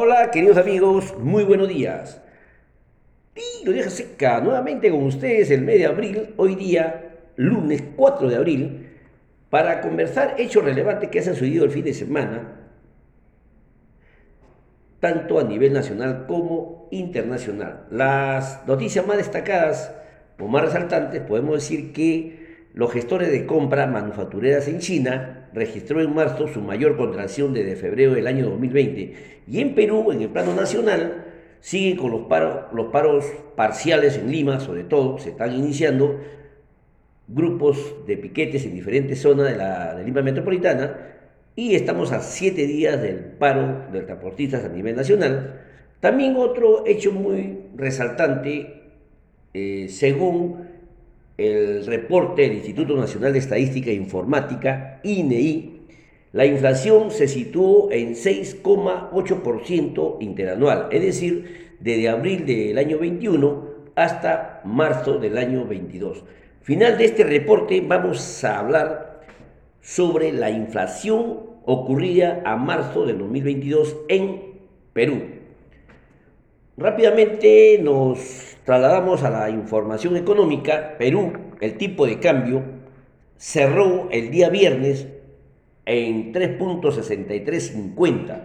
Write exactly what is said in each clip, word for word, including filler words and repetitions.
Hola, queridos amigos, muy buenos días. Y lo deja seca nuevamente con ustedes el mes de abril, hoy día, lunes cuatro de abril, para conversar hechos relevantes que han sucedido el fin de semana, tanto a nivel nacional como internacional. Las noticias más destacadas o más resaltantes, podemos decir que los gestores de compra manufactureras en China registró en marzo su mayor contracción desde febrero del año dos mil veinte, y en Perú, en el plano nacional, siguen con los paros, los paros parciales en Lima, sobre todo, se están iniciando grupos de piquetes en diferentes zonas de la de Lima metropolitana, y estamos a siete días del paro de transportistas a nivel nacional. También otro hecho muy resaltante, eh, según el reporte del Instituto Nacional de Estadística e Informática, I N E I, la inflación se situó en seis coma ocho por ciento interanual, es decir, desde abril del año veintiuno hasta marzo del año veintidós. Final de este reporte vamos a hablar sobre la inflación ocurrida a marzo del dos mil veintidós en Perú. Rápidamente nos trasladamos a la información económica. Perú, el tipo de cambio cerró el día viernes en tres punto sesenta y tres cincuenta.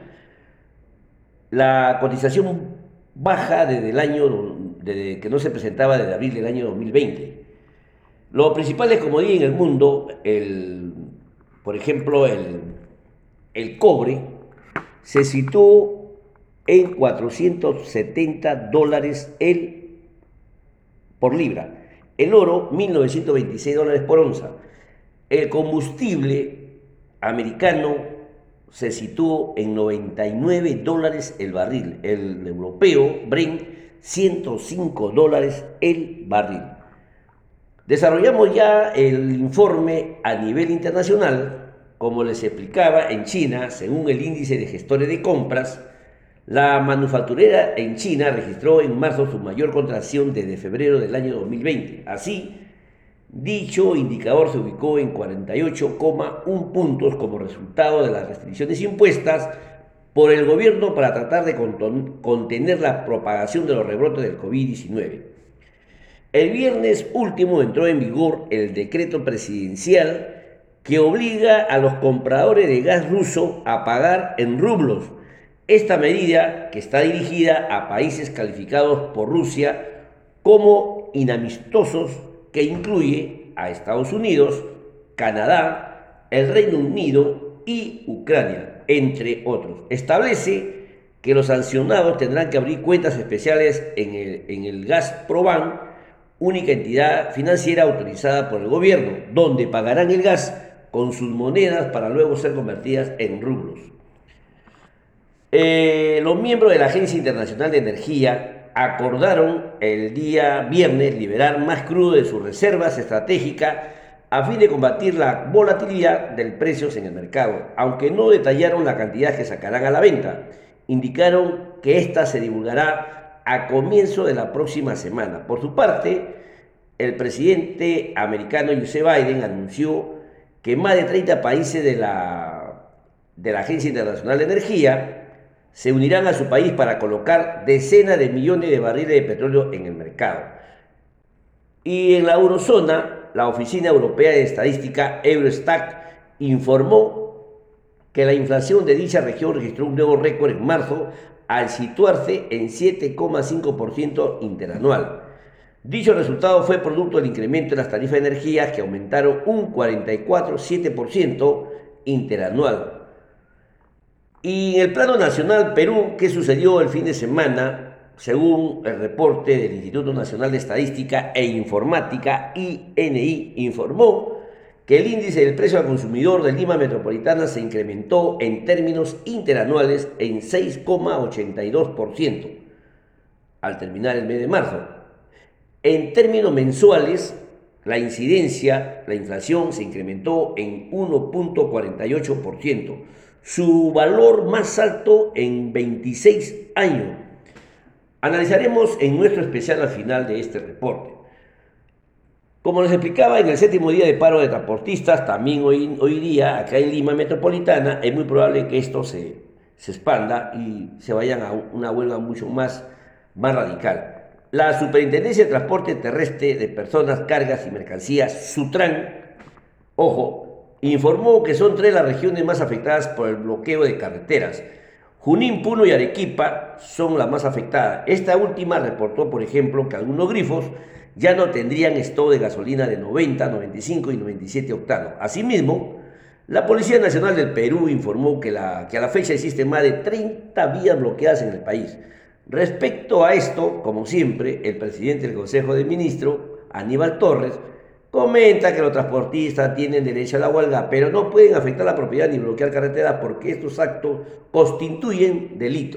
La cotización baja desde el año desde que no se presentaba desde abril del año dos mil veinte. Los principales commodities en el mundo, el, por ejemplo, el, el cobre, se situó en cuatrocientos setenta dólares el, por libra. El oro, mil novecientos veintiséis dólares por onza. El combustible americano se situó en noventa y nueve dólares el barril. El europeo, Brent, ciento cinco dólares el barril. Desarrollamos ya el informe a nivel internacional. Como les explicaba, en China, según el índice de gestores de compras, la manufacturera en China registró en marzo su mayor contracción desde febrero del año dos mil veinte. Así, dicho indicador se ubicó en cuarenta y ocho coma uno puntos como resultado de las restricciones impuestas por el gobierno para tratar de contener la propagación de los rebrotes del COVID diecinueve. El viernes último entró en vigor el decreto presidencial que obliga a los compradores de gas ruso a pagar en rublos. Esta medida, que está dirigida a países calificados por Rusia como inamistosos, que incluye a Estados Unidos, Canadá, el Reino Unido y Ucrania, entre otros. Establece que los sancionados tendrán que abrir cuentas especiales en el, en el Gazprom, única entidad financiera autorizada por el gobierno, donde pagarán el gas con sus monedas para luego ser convertidas en rublos. Eh, los miembros de la Agencia Internacional de Energía acordaron el día viernes liberar más crudo de sus reservas estratégicas a fin de combatir la volatilidad de precios en el mercado, aunque no detallaron la cantidad que sacarán a la venta. Indicaron que esta se divulgará a comienzo de la próxima semana. Por su parte, el presidente americano Joe Biden anunció que más de treinta países de la, de la Agencia Internacional de Energía se unirán a su país para colocar decenas de millones de barriles de petróleo en el mercado. Y en la eurozona, la Oficina Europea de Estadística, Eurostat, informó que la inflación de dicha región registró un nuevo récord en marzo al situarse en siete coma cinco por ciento interanual. Dicho resultado fue producto del incremento de las tarifas de energía, que aumentaron un cuarenta y cuatro coma siete por ciento interanual. Y en el plano nacional, Perú, ¿qué sucedió el fin de semana? Según el reporte del Instituto Nacional de Estadística e Informática, I N E I, informó que el índice del precio al consumidor de Lima metropolitana se incrementó en términos interanuales en seis coma ochenta y dos por ciento al terminar el mes de marzo. En términos mensuales, la incidencia, la inflación se incrementó en uno punto cuarenta y ocho por ciento, su valor más alto en veintiséis años. Analizaremos en nuestro especial al final de este reporte. Como les explicaba, en el séptimo día de paro de transportistas, también hoy, hoy día, acá en Lima metropolitana, es muy probable que esto se, se expanda y se vayan a una huelga mucho más, más radical. La Superintendencia de Transporte Terrestre de Personas, Cargas y Mercancías, SUTRAN, ojo, informó que son tres las regiones más afectadas por el bloqueo de carreteras. Junín, Puno y Arequipa son las más afectadas. Esta última reportó, por ejemplo, que algunos grifos ya no tendrían stock de gasolina de noventa, noventa y cinco y noventa y siete octanos. Asimismo, la Policía Nacional del Perú informó que, la, que a la fecha existen más de treinta vías bloqueadas en el país. Respecto a esto, como siempre, el presidente del Consejo de Ministros, Aníbal Torres, comenta que los transportistas tienen derecho a la huelga, pero no pueden afectar la propiedad ni bloquear carreteras porque estos actos constituyen delito.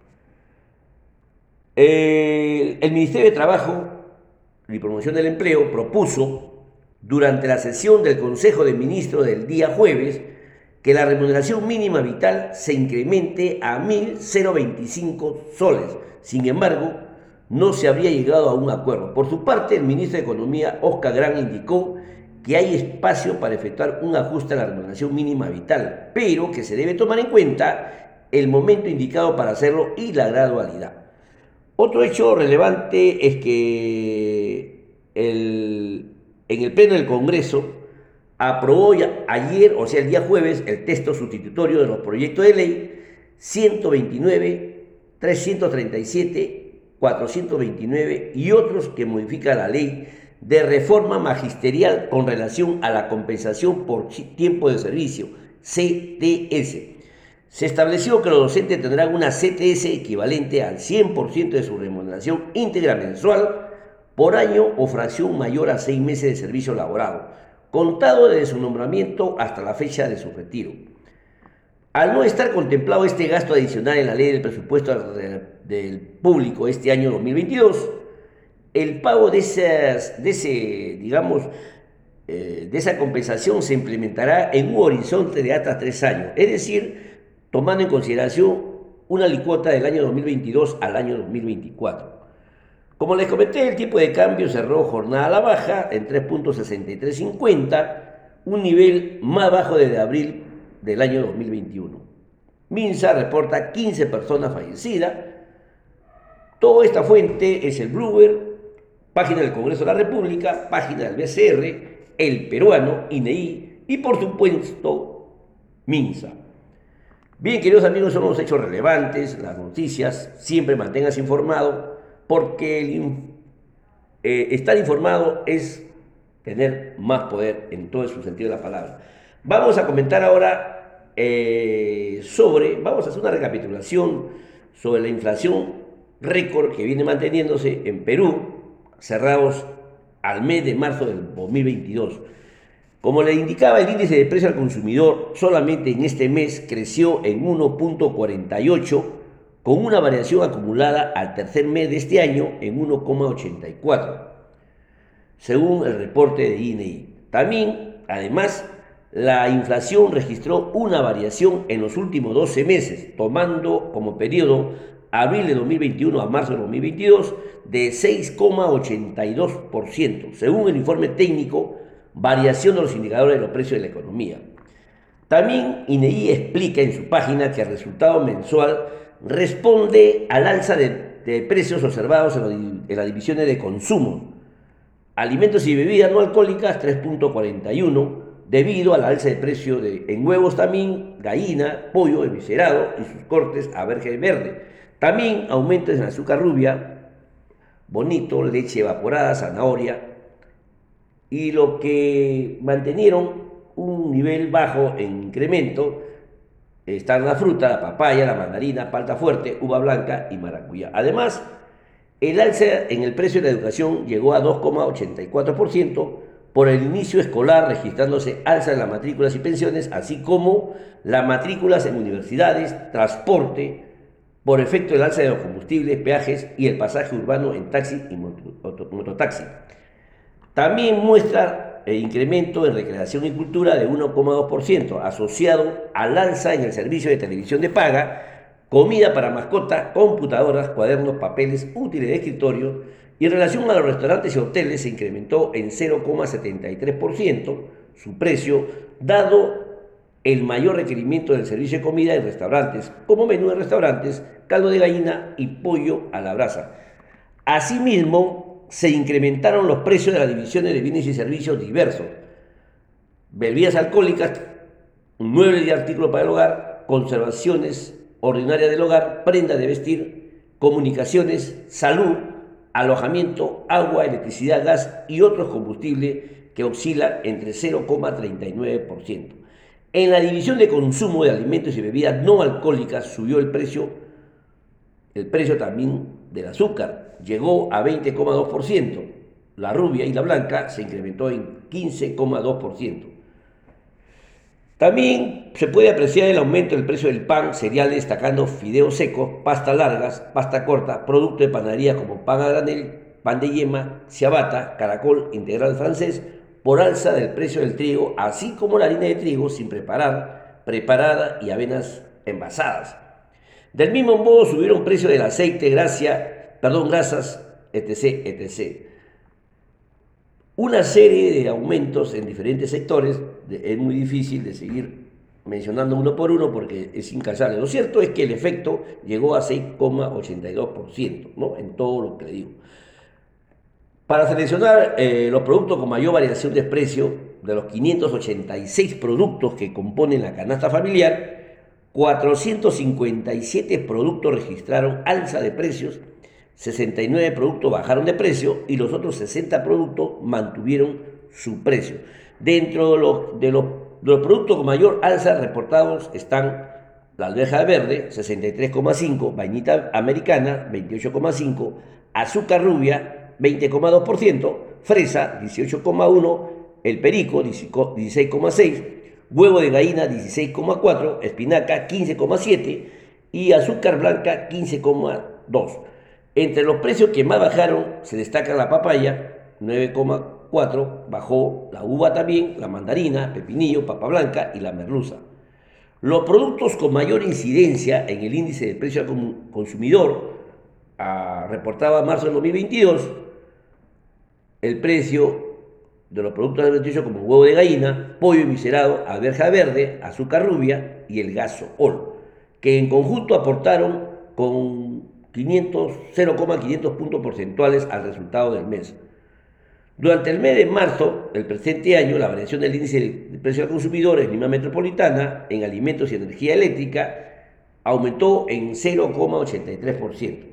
El, el Ministerio de Trabajo y Promoción del Empleo propuso durante la sesión del Consejo de Ministros del día jueves que la remuneración mínima vital se incremente a mil veinticinco soles. Sin embargo, no se habría llegado a un acuerdo. Por su parte, el ministro de Economía, Oscar Grán, indicó que hay espacio para efectuar un ajuste a la remuneración mínima vital, pero que se debe tomar en cuenta el momento indicado para hacerlo y la gradualidad. Otro hecho relevante es que el, en el Pleno del Congreso aprobó ya ayer, o sea el día jueves, el texto sustitutorio de los proyectos de ley ciento veintinueve, trescientos treinta y siete, cuatrocientos veintinueve y otros que modifican la ley de reforma magisterial con relación a la compensación por tiempo de servicio, C T S. Se estableció que los docentes tendrán una C T S equivalente al cien por ciento de su remuneración íntegra mensual por año o fracción mayor a seis meses de servicio laborado, contado desde su nombramiento hasta la fecha de su retiro. Al no estar contemplado este gasto adicional en la ley del presupuesto del público este año dos mil veintidós, el pago de, esas, de ese, digamos, eh, de esa compensación se implementará en un horizonte de hasta tres años, es decir, tomando en consideración una alícuota del año dos mil veintidós al año dos mil veinticuatro. Como les comenté, el tipo de cambio cerró jornada a la baja en tres punto sesenta y tres cincuenta, un nivel más bajo desde abril del año dos mil veintiuno. Minsa reporta quince personas fallecidas. Toda esta fuente es el Bloomberg, página del Congreso de la República, página del B C R, el peruano, I N E I y por supuesto Minsa. Bien, queridos amigos, son los hechos relevantes, las noticias, siempre manténganse informado, porque el, eh, estar informado es tener más poder en todo su sentido de la palabra. Vamos a comentar ahora eh, sobre, vamos a hacer una recapitulación sobre la inflación récord que viene manteniéndose en Perú, cerrados al mes de marzo del dos mil veintidós. Como le indicaba, el índice de precio al consumidor solamente en este mes creció en uno punto cuarenta y ocho, con una variación acumulada al tercer mes de este año en uno coma ochenta y cuatro, según el reporte de I N E I. También, además, la inflación registró una variación en los últimos doce meses, tomando como periodo abril de dos mil veintiuno a marzo de dos mil veintidós de seis coma ochenta y dos por ciento, según el informe técnico Variación de los indicadores de los precios de la economía. También I N E I explica en su página que el resultado mensual responde al alza de, de precios observados en, lo, en las divisiones de consumo. Alimentos y bebidas no alcohólicas tres punto cuarenta y uno, debido al alza de precio de, en huevos también, gallina, pollo eviscerado y sus cortes a verge verde. También aumentos en azúcar rubia, bonito, leche evaporada, zanahoria, y lo que mantenieron un nivel bajo en incremento están la fruta, la papaya, la mandarina, palta fuerte, uva blanca y maracuyá. Además, el alza en el precio de la educación llegó a dos coma ochenta y cuatro por ciento por el inicio escolar, registrándose alza en las matrículas y pensiones, así como las matrículas en universidades, transporte, por efecto del alza de los combustibles, peajes y el pasaje urbano en taxi y mototaxi. También muestra el incremento en recreación y cultura de uno coma dos por ciento, asociado al alza en el servicio de televisión de paga, comida para mascotas, computadoras, cuadernos, papeles, útiles de escritorio, y en relación a los restaurantes y hoteles se incrementó en cero coma setenta y tres por ciento su precio, dado el mayor requerimiento del servicio de comida en restaurantes, como menú de restaurantes, caldo de gallina y pollo a la brasa. Asimismo, se incrementaron los precios de las divisiones de bienes y servicios diversos, bebidas alcohólicas, muebles y artículos para el hogar, conservaciones ordinarias del hogar, prendas de vestir, comunicaciones, salud, alojamiento, agua, electricidad, gas y otros combustibles que oscilan entre cero coma treinta y nueve por ciento. En la división de consumo de alimentos y bebidas no alcohólicas subió el precio, el precio también del azúcar, llegó a veinte coma dos por ciento. La rubia y la blanca se incrementó en quince coma dos por ciento. También se puede apreciar el aumento del precio del pan, cereales, destacando fideos secos, pasta largas, pasta corta, productos de panadería como pan a granel, pan de yema, ciabatta, caracol integral francés, por alza del precio del trigo, así como la harina de trigo sin preparar, preparada y avenas envasadas. Del mismo modo subieron precios del aceite, gracia, perdón, grasas, etc, etcétera. Una serie de aumentos en diferentes sectores, es muy difícil de seguir mencionando uno por uno porque es incansable. Lo cierto es que el efecto llegó a seis coma ochenta y dos por ciento, ¿no? En todo lo que le digo. Para seleccionar eh, los productos con mayor variación de precio, de los quinientos ochenta y seis productos que componen la canasta familiar, cuatrocientos cincuenta y siete productos registraron alza de precios, sesenta y nueve productos bajaron de precio y los otros sesenta productos mantuvieron su precio. Dentro de los, de los, de los productos con mayor alza reportados están la alveja verde, sesenta y tres coma cinco, vainita americana, veintiocho coma cinco, azúcar rubia, veinte coma dos por ciento, fresa, dieciocho coma uno, el perico, dieciséis coma seis, huevo de gallina, dieciséis coma cuatro, espinaca, quince coma siete y azúcar blanca, quince coma dos. Entre los precios que más bajaron se destaca la papaya, nueve coma cuatro, bajó la uva también, la mandarina, pepinillo, papa blanca y la merluza. Los productos con mayor incidencia en el índice de precio al consumidor, ah, reportaba marzo del dos mil veintidós, el precio de los productos alimenticios como huevo de gallina, pollo eviscerado, alberja verde, azúcar rubia y el gasol, que en conjunto aportaron con cero coma quinientos puntos porcentuales al resultado del mes. Durante el mes de marzo del presente año, la variación del índice de precio al consumidor en Lima Metropolitana, en alimentos y energía eléctrica, aumentó en cero coma ochenta y tres por ciento.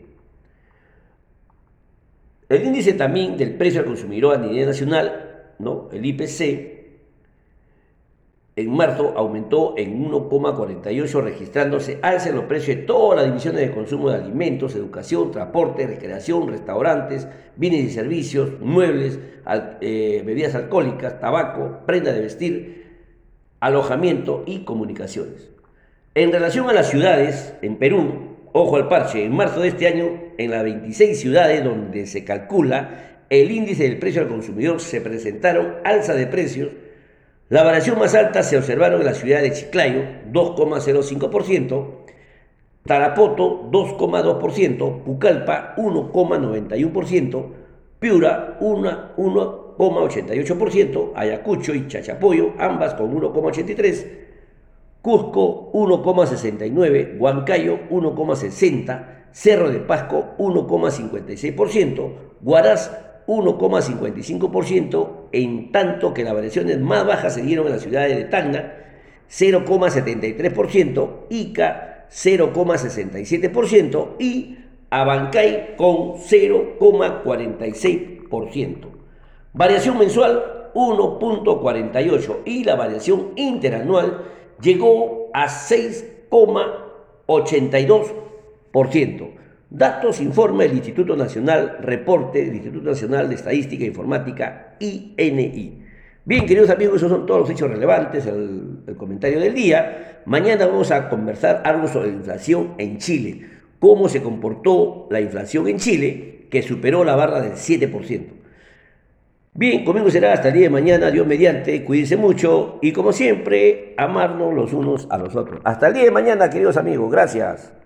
El índice también del precio al consumidor a nivel nacional, ¿no? El I P C, en marzo aumentó en uno coma cuarenta y ocho, registrándose alza en los precios de todas las divisiones de consumo de alimentos, educación, transporte, recreación, restaurantes, bienes y servicios, muebles, al, eh, bebidas alcohólicas, tabaco, prenda de vestir, alojamiento y comunicaciones. En relación a las ciudades, en Perú, ojo al parche, en marzo de este año, en las veintiséis ciudades donde se calcula el índice del precio al consumidor se presentaron alza de precios. La variación más alta se observaron en la ciudad de Chiclayo, dos coma cero cinco por ciento, Tarapoto, dos coma dos por ciento, Pucallpa, uno coma noventa y uno por ciento, Piura, uno coma ochenta y ocho por ciento, Ayacucho y Chachapoyo, ambas con uno coma ochenta y tres por ciento, Cusco, uno coma sesenta y nueve por ciento, Huancayo, uno coma sesenta por ciento, Cerro de Pasco, uno coma cincuenta y seis por ciento, Huaraz, uno coma cincuenta y cinco por ciento, en tanto que las variaciones más bajas se dieron en las ciudades de Tacna, cero coma setenta y tres por ciento, Ica, cero coma sesenta y siete por ciento y Abancay con cero coma cuarenta y seis por ciento. Variación mensual uno coma cuarenta y ocho y la variación interanual llegó a seis coma ochenta y dos por ciento. Datos informa el Instituto Nacional, reporte del Instituto Nacional de Estadística e Informática, I N I. Bien, queridos amigos, esos son todos los hechos relevantes, el, el comentario del día. Mañana vamos a conversar algo sobre la inflación en Chile, cómo se comportó la inflación en Chile, que superó la barra del siete por ciento. Bien, conmigo será hasta el día de mañana, Dios mediante, cuídense mucho y como siempre, amarnos los unos a los otros. Hasta el día de mañana, queridos amigos, gracias.